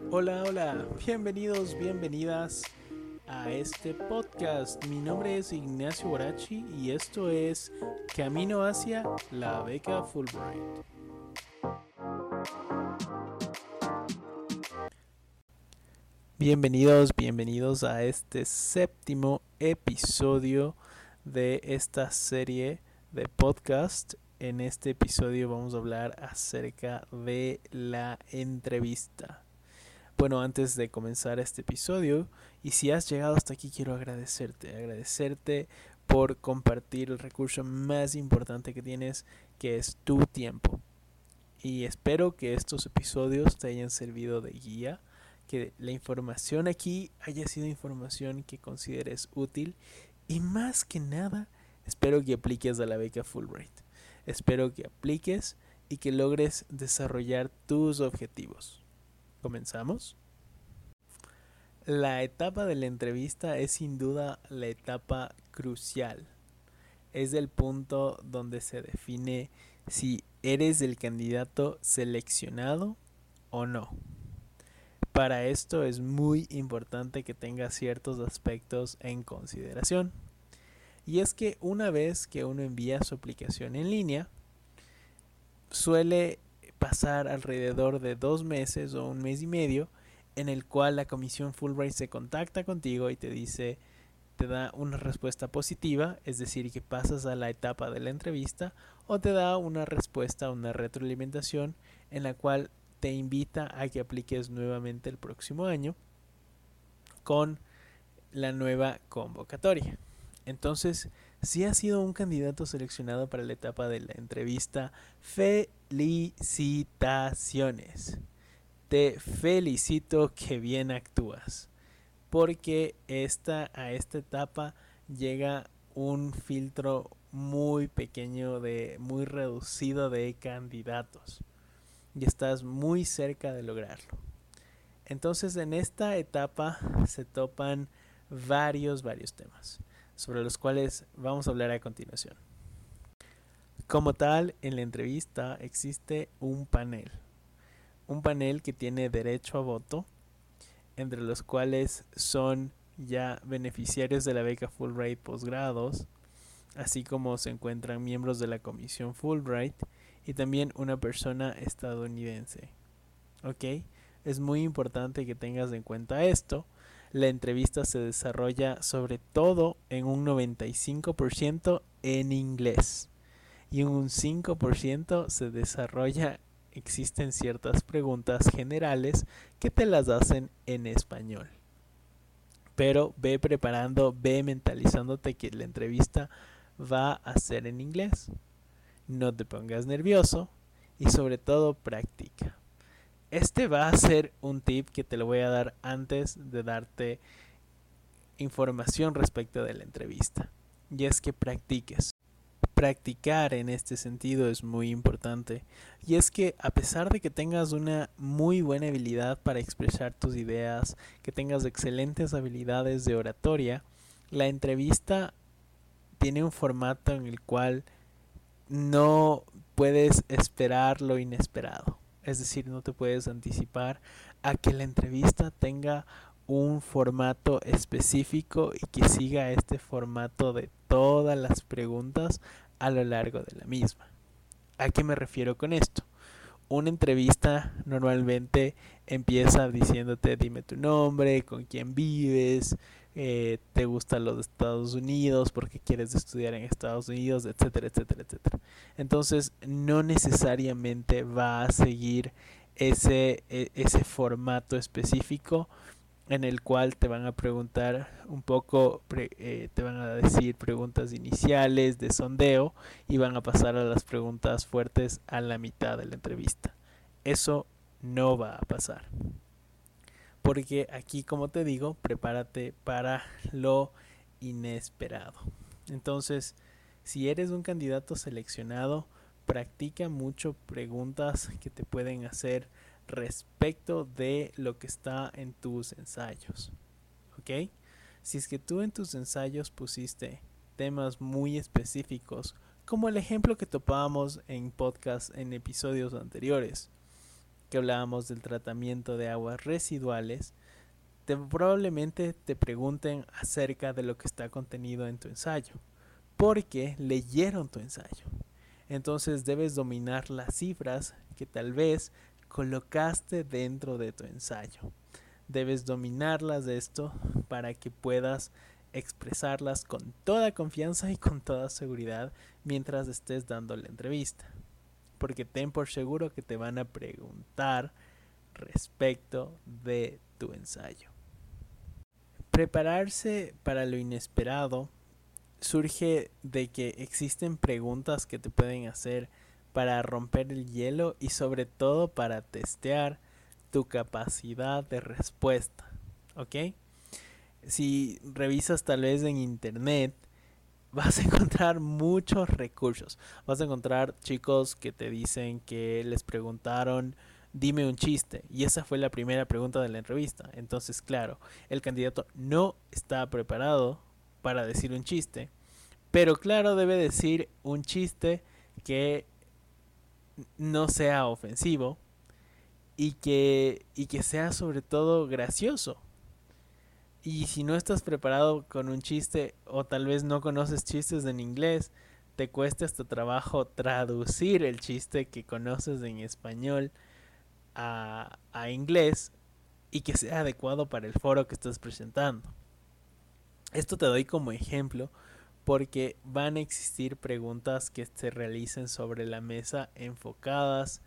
Hola, hola, bienvenidos, bienvenidas a este podcast. Mi nombre es Ignacio Borachi y esto es Camino hacia la beca Fulbright. Bienvenidos, bienvenidos a este séptimo episodio de esta serie de podcast. En este episodio vamos a hablar acerca de la entrevista. Bueno, antes de comenzar este episodio, y si has llegado hasta aquí, quiero agradecerte por compartir el recurso más importante que tienes, que es tu tiempo. Y espero que estos episodios te hayan servido de guía, que la información aquí haya sido información que consideres útil y más que nada, espero que apliques a la beca Fulbright. Espero que apliques y que logres desarrollar tus objetivos. ¿Comenzamos? La etapa de la entrevista es sin duda la etapa crucial. Es el punto donde se define si eres el candidato seleccionado o no. Para esto es muy importante que tengas ciertos aspectos en consideración. Y es que una vez que uno envía su aplicación en línea, suele pasar alrededor de 2 meses o un mes y medio en el cual la comisión Fulbright se contacta contigo y te da una respuesta positiva, es decir, que pasas a la etapa de la entrevista, o te da una respuesta, una retroalimentación en la cual te invita a que apliques nuevamente el próximo año con la nueva convocatoria. Entonces, si has sido un candidato seleccionado para la etapa de la entrevista, felicitaciones. Te felicito que bien actúas, porque a esta etapa llega un filtro muy pequeño, muy reducido de candidatos, y estás muy cerca de lograrlo. Entonces, en esta etapa se topan varios temas, sobre los cuales vamos a hablar a continuación. Como tal, en la entrevista existe un panel que tiene derecho a voto, entre los cuales son ya beneficiarios de la beca Fulbright posgrados, así como se encuentran miembros de la comisión Fulbright y también una persona estadounidense. ¿Ok? Es muy importante que tengas en cuenta esto. La entrevista se desarrolla sobre todo en un 95% en inglés y un 5% se desarrolla, existen ciertas preguntas generales que te las hacen en español. Pero ve preparando, ve mentalizándote que la entrevista va a ser en inglés. No te pongas nervioso y sobre todo practica. Este va a ser un tip que te lo voy a dar antes de darte información respecto de la entrevista. Y es que practiques. Practicar en este sentido es muy importante. Y es que a pesar de que tengas una muy buena habilidad para expresar tus ideas, que tengas excelentes habilidades de oratoria, la entrevista tiene un formato en el cual no puedes esperar lo inesperado. Es decir, no te puedes anticipar a que la entrevista tenga un formato específico y que siga este formato de todas las preguntas a lo largo de la misma. ¿A qué me refiero con esto? Una entrevista normalmente empieza diciéndote dime tu nombre, con quién vives, te gustan los Estados Unidos, porque quieres estudiar en Estados Unidos, etcétera, etcétera, etcétera. Entonces no necesariamente va a seguir ese formato específico en el cual te van a preguntar un poco, te van a decir preguntas iniciales de sondeo y van a pasar a las preguntas fuertes a la mitad de la entrevista. Eso no va a pasar. Porque aquí, como te digo, prepárate para lo inesperado. Entonces, si eres un candidato seleccionado, practica mucho preguntas que te pueden hacer respecto de lo que está en tus ensayos. ¿Ok? Si es que tú en tus ensayos pusiste temas muy específicos, como el ejemplo que topábamos en podcast en episodios anteriores, que hablábamos del tratamiento de aguas residuales, probablemente te pregunten acerca de lo que está contenido en tu ensayo, porque leyeron tu ensayo. Entonces debes dominar las cifras que tal vez colocaste dentro de tu ensayo. Debes dominarlas de esto para que puedas expresarlas con toda confianza y con toda seguridad mientras estés dando la entrevista. Porque ten por seguro que te van a preguntar respecto de tu ensayo. Prepararse para lo inesperado surge de que existen preguntas que te pueden hacer para romper el hielo y sobre todo para testear tu capacidad de respuesta, ¿ok? Si revisas tal vez en internet, vas a encontrar muchos recursos. Vas a encontrar chicos que te dicen que les preguntaron, dime un chiste. Y esa fue la primera pregunta de la entrevista. Entonces, claro, el candidato no está preparado para decir un chiste. Pero claro, debe decir un chiste que no sea ofensivo y que sea sobre todo gracioso. Y si no estás preparado con un chiste o tal vez no conoces chistes en inglés, te cuesta hasta trabajo traducir el chiste que conoces en español a inglés y que sea adecuado para el foro que estás presentando. Esto te doy como ejemplo porque van a existir preguntas que se realicen sobre la mesa enfocadas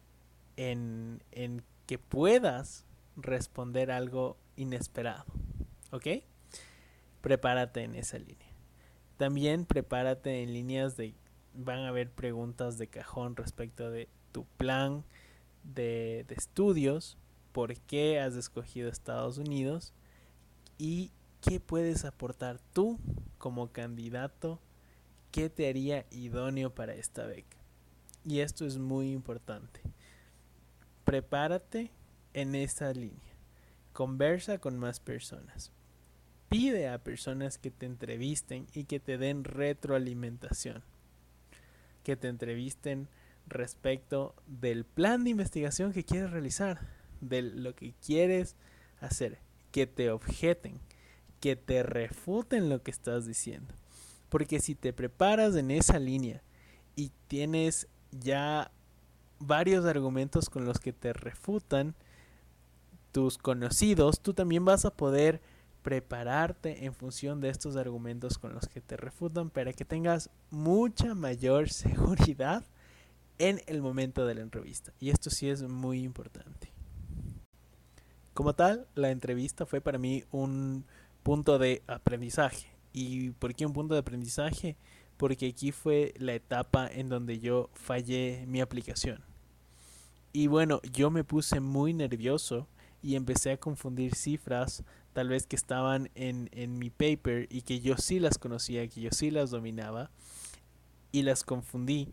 en que puedas responder algo inesperado. ¿Ok? Prepárate en esa línea. También prepárate en líneas de... Van a haber preguntas de cajón respecto de tu plan de estudios, por qué has escogido Estados Unidos y qué puedes aportar tú como candidato, qué te haría idóneo para esta beca. Y esto es muy importante. Prepárate en esa línea. Conversa con más personas. Pide a personas que te entrevisten y que te den retroalimentación. Que te entrevisten respecto del plan de investigación que quieres realizar, de lo que quieres hacer, que te objeten, que te refuten lo que estás diciendo. Porque si te preparas en esa línea y tienes ya varios argumentos con los que te refutan tus conocidos, tú también vas a poder prepararte en función de estos argumentos con los que te refutan para que tengas mucha mayor seguridad en el momento de la entrevista. Y esto sí es muy importante. Como tal, la entrevista fue para mí un punto de aprendizaje. ¿Y por qué un punto de aprendizaje? Porque aquí fue la etapa en donde yo fallé mi aplicación. Y bueno, yo me puse muy nervioso y empecé a confundir cifras, tal vez que estaban en mi paper y que yo sí las conocía, que yo sí las dominaba, y las confundí.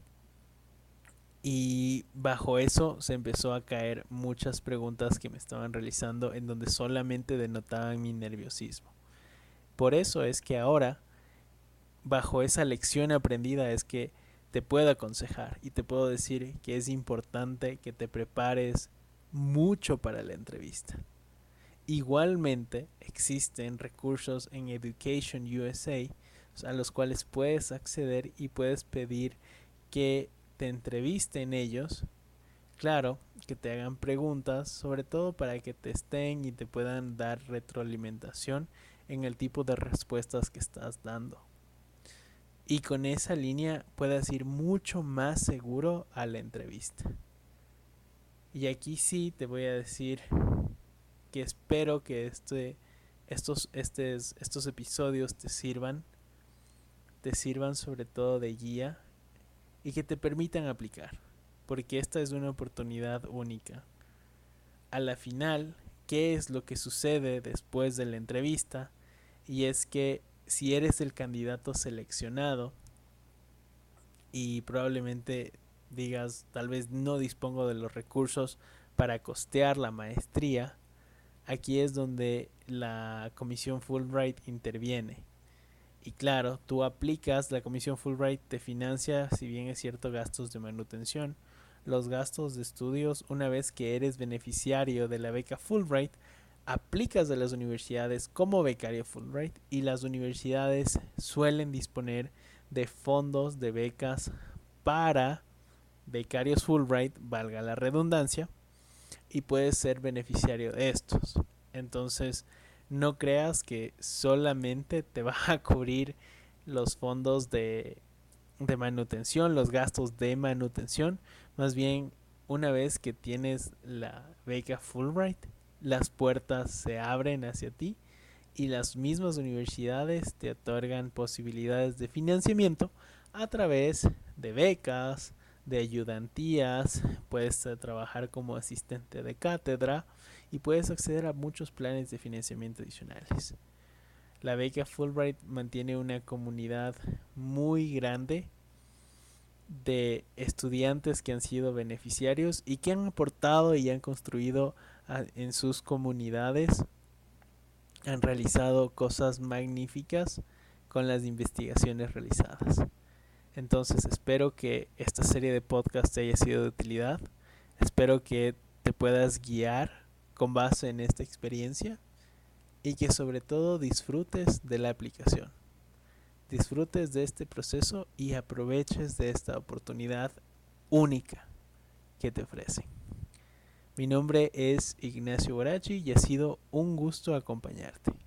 Y bajo eso se empezó a caer muchas preguntas que me estaban realizando en donde solamente denotaban mi nerviosismo. Por eso es que ahora, bajo esa lección aprendida, es que te puedo aconsejar y te puedo decir que es importante que te prepares mucho para la entrevista. Igualmente existen recursos en Education USA a los cuales puedes acceder y puedes pedir que te entrevisten ellos. Claro, que te hagan preguntas, sobre todo para que te estén y te puedan dar retroalimentación en el tipo de respuestas que estás dando. Y con esa línea puedas ir mucho más seguro a la entrevista. Y aquí sí te voy a decir que espero que estos episodios te sirvan sobre todo de guía y que te permitan aplicar, porque esta es una oportunidad única. A la final, ¿qué es lo que sucede después de la entrevista? Y es que si eres el candidato seleccionado y probablemente digas, tal vez no dispongo de los recursos para costear la maestría, aquí es donde la comisión Fulbright interviene. Y claro, tú aplicas, la comisión Fulbright te financia, si bien es cierto, gastos de manutención, los gastos de estudios una vez que eres beneficiario de la beca Fulbright. Aplicas a las universidades como becario Fulbright y las universidades suelen disponer de fondos de becas para becarios Fulbright, valga la redundancia, y puedes ser beneficiario de estos. Entonces, no creas que solamente te va a cubrir los fondos de manutención, los gastos de manutención. Más bien, una vez que tienes la beca Fulbright, las puertas se abren hacia ti y las mismas universidades te otorgan posibilidades de financiamiento a través de becas, de ayudantías, puedes trabajar como asistente de cátedra y puedes acceder a muchos planes de financiamiento adicionales. La beca Fulbright mantiene una comunidad muy grande de estudiantes que han sido beneficiarios y que han aportado y han construido en sus comunidades, han realizado cosas magníficas con las investigaciones realizadas. Entonces espero que esta serie de podcasts te haya sido de utilidad. Espero que te puedas guiar con base en esta experiencia y que sobre todo disfrutes de la aplicación. Disfrutes de este proceso y aproveches de esta oportunidad única que te ofrece. Mi nombre es Ignacio Borachi y ha sido un gusto acompañarte.